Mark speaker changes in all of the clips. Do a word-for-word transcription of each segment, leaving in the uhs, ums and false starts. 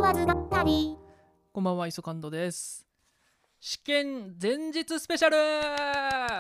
Speaker 1: わずだったり。
Speaker 2: こんばんは、イソカンドです。試験前日スペシャル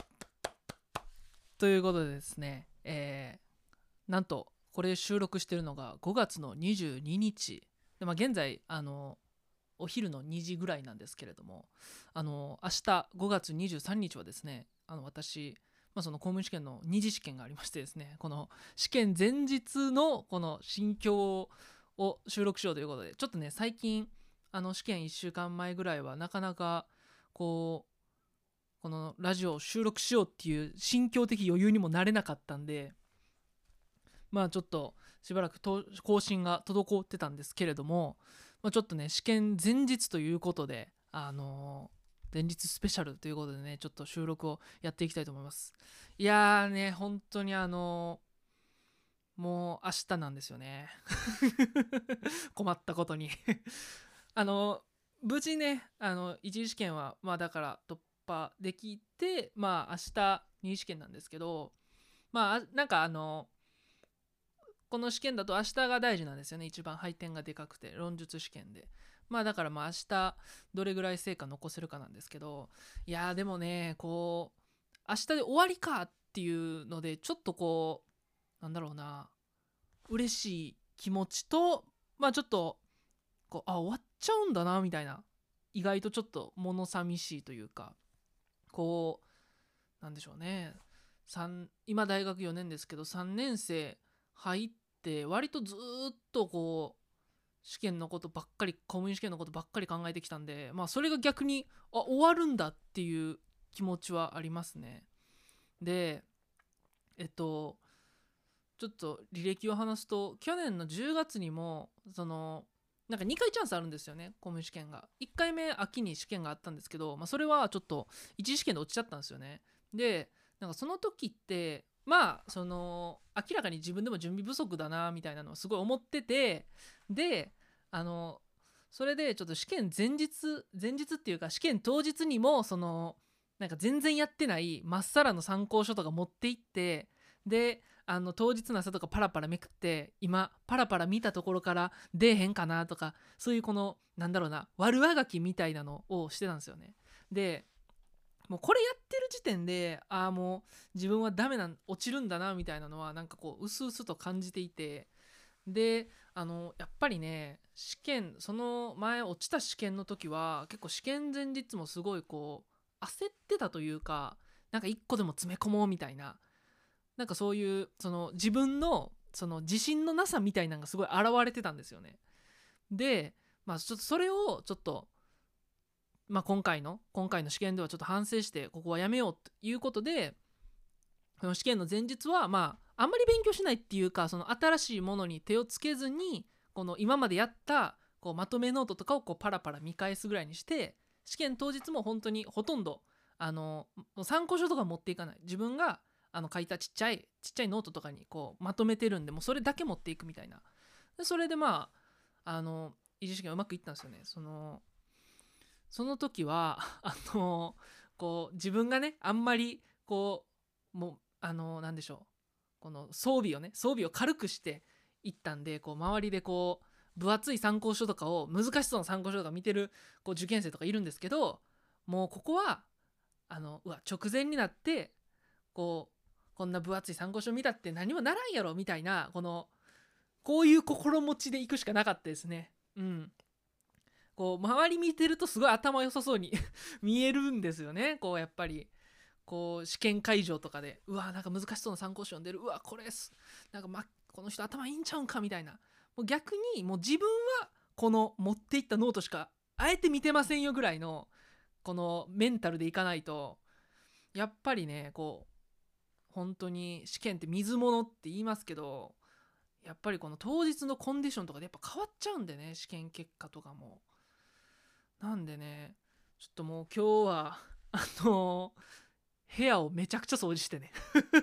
Speaker 2: ということでですね、えー、なんとこれ収録してるのがごがつのにじゅうににちで、まあ、現在あのお昼のにじぐらいなんですけれども、あの明日ごがつにじゅうさんにちはですね、あの私、まあ、その公務員試験の二次試験がありましてですね、この試験前日のこの心境を収録しようということで、ちょっとね最近あの試験いっしゅうかんまえぐらいはなかなかこうこのラジオを収録しようっていう心境的余裕にもなれなかったんで、まあちょっとしばらくと更新が滞ってたんですけれども、まあ、ちょっとね試験前日ということで、あのー前日スペシャルということでね、ちょっと収録をやっていきたいと思います。いやーね、本当にあのーもう明日なんですよね。困ったことにあの無事ね、あの一次試験はまあだから突破できて、まあ明日二次試験なんですけど、まあなんかあのこの試験だと明日が大事なんですよね。一番配点がでかくて、論述試験で。まあだからまあ明日どれぐらい成果残せるかなんですけど、いやーでもね、こう明日で終わりかっていうので、ちょっとこうなんだろうな、嬉しい気持ちと、まあちょっとこうあ終わっちゃうんだなみたいな、意外とちょっと物寂しいというか、こうなんでしょうね、今大学よねんですけど、さんねん生入って割とずっとこう試験のことばっかり、公務員試験のことばっかり考えてきたんで、まあそれが逆にあ終わるんだっていう気持ちはありますね。でえっとちょっと履歴を話すと、去年のじゅうがつにもそのなんかにかいチャンスあるんですよね、公務員試験が。いっかいめ秋に試験があったんですけど、まあ、それはちょっと一次試験で落ちちゃったんですよね。でなんかその時ってまあその明らかに自分でも準備不足だなみたいなのをすごい思ってて、であのそれでちょっと試験前日前日っていうか試験当日にもそのなんか全然やってないまっさらの参考書とか持って行って、であの当日の朝とかパラパラめくって、今パラパラ見たところから出えへんかなとか、そういうこのなんだろうな、悪あがきみたいなのをしてたんですよね。でもうこれやってる時点で、ああもう自分はダメな、落ちるんだなみたいなのはなんかこううすうすと感じていて、であのやっぱりね、試験その前落ちた試験の時は結構試験前日もすごいこう焦ってたというか、なんか一個でも詰め込もうみたいな、なんかそういうその自分のその自信のなさみたいなのがすごい現れてたんですよね。でまあちょっとそれをちょっと、まあ、今回の今回の試験ではちょっと反省して、ここはやめようということで、その試験の前日はまああんまり勉強しないっていうか、その新しいものに手をつけずに、この今までやったこうまとめノートとかをこうパラパラ見返すぐらいにして、試験当日も本当にほとんどあの参考書とか持っていかない、自分があの書いたちっちゃいちっちゃいノートとかにこうまとめてるんで、もうそれだけ持っていくみたいな。でそれでまああの一次試験うまくいったんですよね。そのその時はあのこう自分がねあんまりこうもうあのなんでしょう、この装備をね装備を軽くしていったんで、こう周りでこう分厚い参考書とかを、難しそうな参考書とか見てるこう受験生とかいるんですけど、もうここはあのうわ直前になってこうこんな分厚い参考書見たって何もならんやろみたいな、このこういう心持ちで行くしかなかったですね。うん。こう周り見てるとすごい頭良さそうに見えるんですよね。こうやっぱりこう試験会場とかで、うわなんか難しそうな参考書読んでる、うわこれすなんか、ま、この人頭いいんちゃうんかみたいな、もう逆にもう自分はこの持っていったノートしかあえて見てませんよぐらいのこのメンタルでいかないと、やっぱりねこう本当に試験って水物って言いますけど、やっぱりこの当日のコンディションとかでやっぱ変わっちゃうんでね、試験結果とかも。なんでね、ちょっともう今日はあの部屋をめちゃくちゃ掃除してね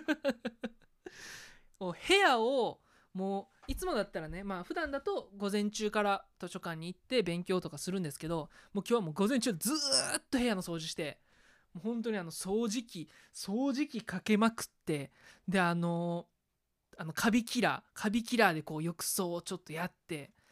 Speaker 2: もう部屋をもういつもだったらね、まあ普段だと午前中から図書館に行って勉強とかするんですけど、もう今日はもう午前中ずーっと部屋の掃除して、もう本当にあの掃除機掃除機かけまくって、であのあのカビキラーカビキラーでこう浴槽をちょっとやって、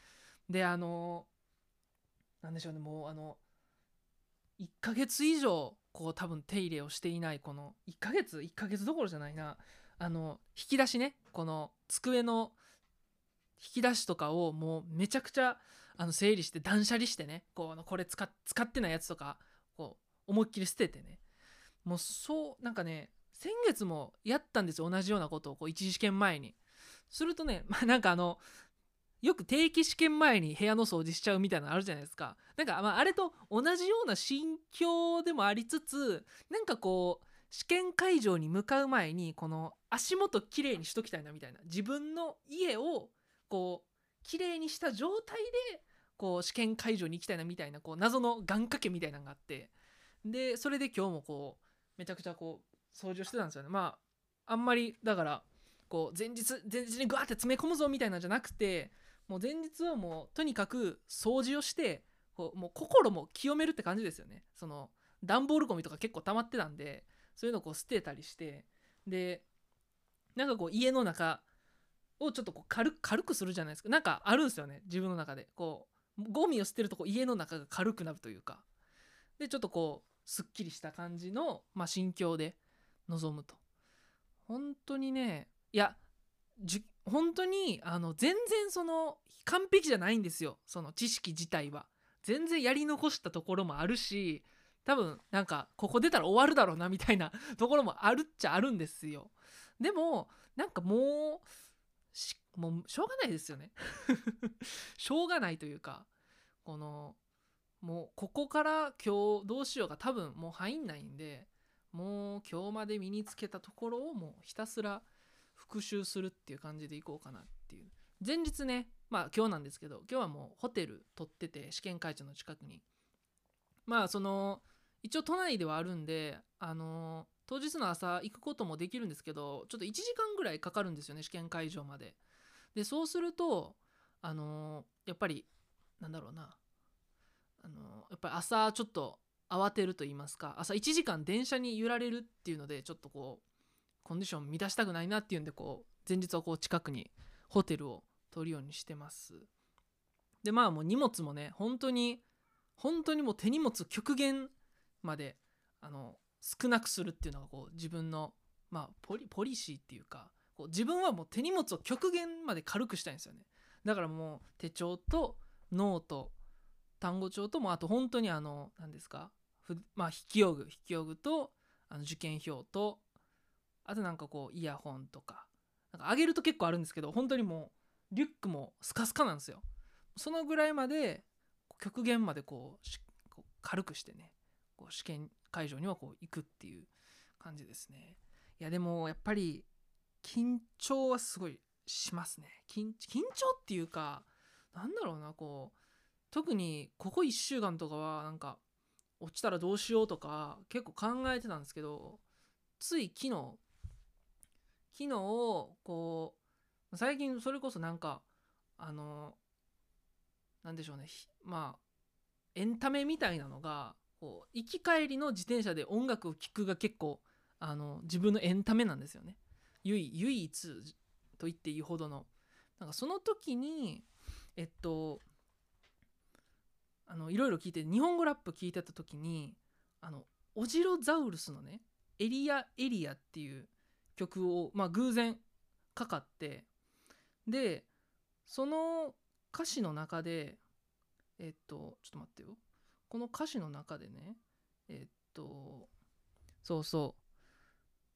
Speaker 2: であのなんでしょうね、もうあのいっかげつ以上こう多分手入れをしていない、このいっかげついっかげつどころじゃないな、あの引き出しね、この机の引き出しとかをもうめちゃくちゃあの整理して断捨離してね、こうあのこれ使っ使ってないやつとかこう思いっきり捨ててね、もうそうなんかね、先月もやったんですよ、同じようなことをこう一次試験前に。するとね、まあ、なんかあのよく定期試験前に部屋の掃除しちゃうみたいなのあるじゃないですか。なんか、まあ、あれと同じような心境でもありつつ、なんかこう試験会場に向かう前にこの足元きれいにしときたいなみたいな、自分の家をこうきれいにした状態でこう試験会場に行きたいなみたいな、こう謎の願掛けみたいなのがあって、でそれで今日もこうめちゃくちゃこう掃除をしてたんですよね。まああんまりだからこう前日前日にグワーって詰め込むぞみたいなんじゃなくて、もう前日はもうとにかく掃除をしてこうもう心も清めるって感じですよね。その段ボールゴミとか結構溜まってたんで、そういうのをこう捨てたりして、でなんかこう家の中をちょっとこう 軽, 軽くするじゃないですか。なんかあるんですよね、自分の中で。こうゴミを捨てるとこう家の中が軽くなるというか、でちょっとこうすっきりした感じの、まあ、心境で臨むと。本当にね、いやじ本当にあの全然その完璧じゃないんですよ、その知識自体は。全然やり残したところもあるし、多分なんかここ出たら終わるだろうなみたいなところもあるっちゃあるんですよ。でもなんかもうしもうしょうがないですよねしょうがないというか、このもうここから今日どうしようが多分もう入んないんで、もう今日まで身につけたところをもうひたすら復習するっていう感じでいこうかなっていう。前日ね、まあ今日なんですけど、今日はもうホテル取ってて、試験会場の近くに、まあその一応都内ではあるんで、あの当日の朝行くこともできるんですけど、ちょっといちじかんぐらいかかるんですよね、試験会場まで。でそうするとあのやっぱりなんだろうな、あのやっぱり朝ちょっと慌てると言いますか、朝いちじかん電車に揺られるっていうので、ちょっとこうコンディション乱したくないなっていうんで、こう前日はこう近くにホテルを取るようにしてます。でまあもう荷物もね、本当に本当にもう手荷物極限まであの少なくするっていうのがこう自分の、まあ、ポリ、ポリシーっていうか、こう自分はもう手荷物を極限まで軽くしたいんですよね。だからもう手帳とノート、単語帳と、もあと本当にあの何ですか、まあ筆記用具筆記用具とあの受験票と、あとなんかこうイヤホンとか、なんかあげると結構あるんですけど、本当にもうリュックもスカスカなんですよ。そのぐらいまで極限までこうこう軽くしてね、こう試験会場にはこう行くっていう感じですね。いやでもやっぱり緊張はすごいしますね。 緊, 緊張っていうか、なんだろうな、こう特にここいっしゅうかんとかはなんか落ちたらどうしようとか結構考えてたんですけど、つい昨日昨日こう最近それこそなんかあのなんでしょうね、まあエンタメみたいなのがこう行き帰りの自転車で音楽を聴くが結構あの自分のエンタメなんですよね。唯唯一と言っていいほどの。なんかその時にえっとあのいろいろ聞いて、日本語ラップ聞いてた時に、あのオジロザウルスのねエリアエリアっていう曲を、まあ、偶然かかって、でその歌詞の中でえっとちょっと待ってよ、この歌詞の中でね、えっとそうそう、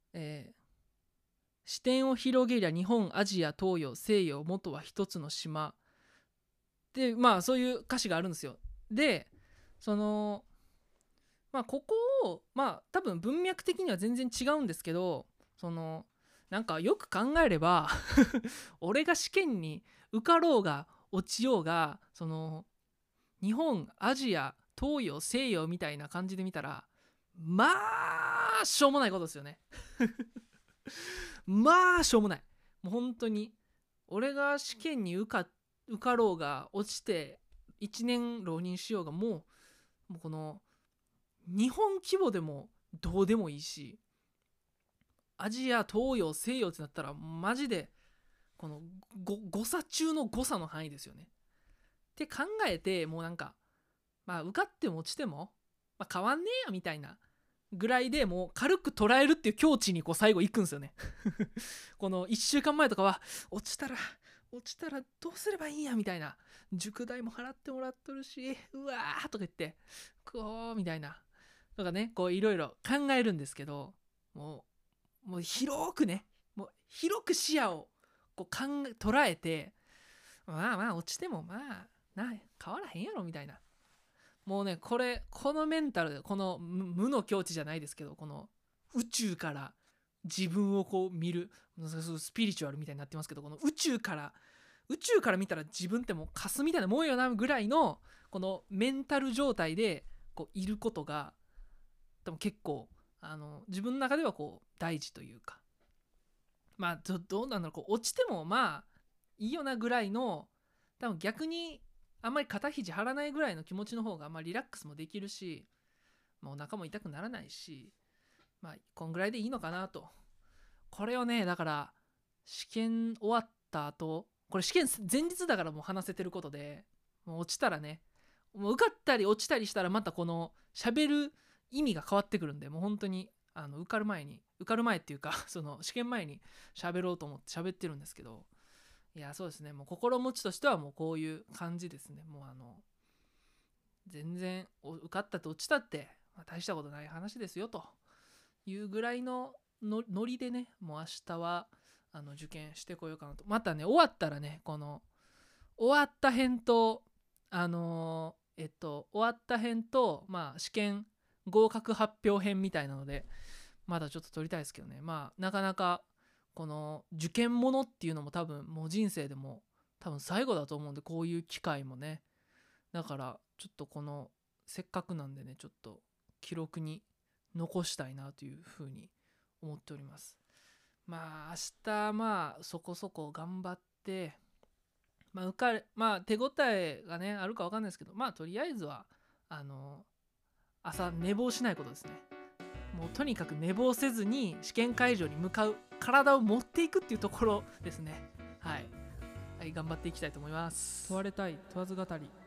Speaker 2: えー視点を広げりゃ日本アジア東洋西洋元は一つの島で、まあそういう歌詞があるんですよ。でそのまあここをまあ多分文脈的には全然違うんですけど、そのなんかよく考えれば俺が試験に受かろうが落ちようが、その日本アジア東洋西洋みたいな感じで見たら、まあしょうもないことですよねまあしょうもない。もう本当に俺が試験に受か受かろうが落ちていちねん浪人しようが、もうもうこの日本規模でもどうでもいいし、アジア東洋西洋ってなったらマジでこの誤差中の誤差の範囲ですよね。 って考えて、もうなんかまあ受かっても落ちても、まあ、変わんねえやみたいなぐらいでもう軽く捉えるっていう境地にこう最後行くんですよねこのいっしゅうかんまえとかは落ちたら落ちたらどうすればいいんやみたいな、塾代も払ってもらっとるしうわーとか言ってこうみたいなとかね、こういろいろ考えるんですけど、もうもう広くね、もう広く視野をこう考え捉えて、まあまあ落ちてもまあな変わらへんやろみたいな、もうねこれこのメンタルでこの無の境地じゃないですけど、この宇宙から自分をこう見るスピリチュアルみたいになってますけど、この宇宙から宇宙から見たら自分ってもうカスみたいなもんよなぐらいのこのメンタル状態でこういることが多分結構あの自分の中ではこう大事というか、まあ ど, どうなんだろう、こう落ちてもまあいいよなぐらいの、多分逆にあんまり肩肘張らないぐらいの気持ちの方がまあリラックスもできるし、もうお腹も痛くならないし、まあこんぐらいでいいのかなと。これをね、だから試験終わった後、これ試験前日だからもう話せてることで、もう落ちたらね、もう受かったり落ちたりしたらまたこの喋る意味が変わってくるんで、もう本当にあの受かる前に受かる前っていうかその試験前に喋ろうと思って喋ってるんですけど、いやそうですね、もう心持ちとしてはもうこういう感じですね。もうあの全然受かったって落ちたって、まあ、大したことない話ですよというぐらいののノリでね、もう明日はあの受験してこようかなと。またね終わったらね、この終わった編とあのー、えっと終わった編とまあ試験合格発表編みたいなのでまだちょっと撮りたいですけどね。まあなかなかこの受験ものっていうのも多分もう人生でも多分最後だと思うんで、こういう機会もね、だからちょっとこのせっかくなんでね、ちょっと記録に残したいなというふうに思っております。まあ明日まあそこそこ頑張って、まあ受かる、まあ手応えがねあるか分かんないですけど、まあとりあえずはあの朝寝坊しないことですね。もうとにかく寝坊せずに試験会場に向かう体を持っていくっていうところですね。はい、はい、頑張っていきたいと思います。問われたい問わず語り。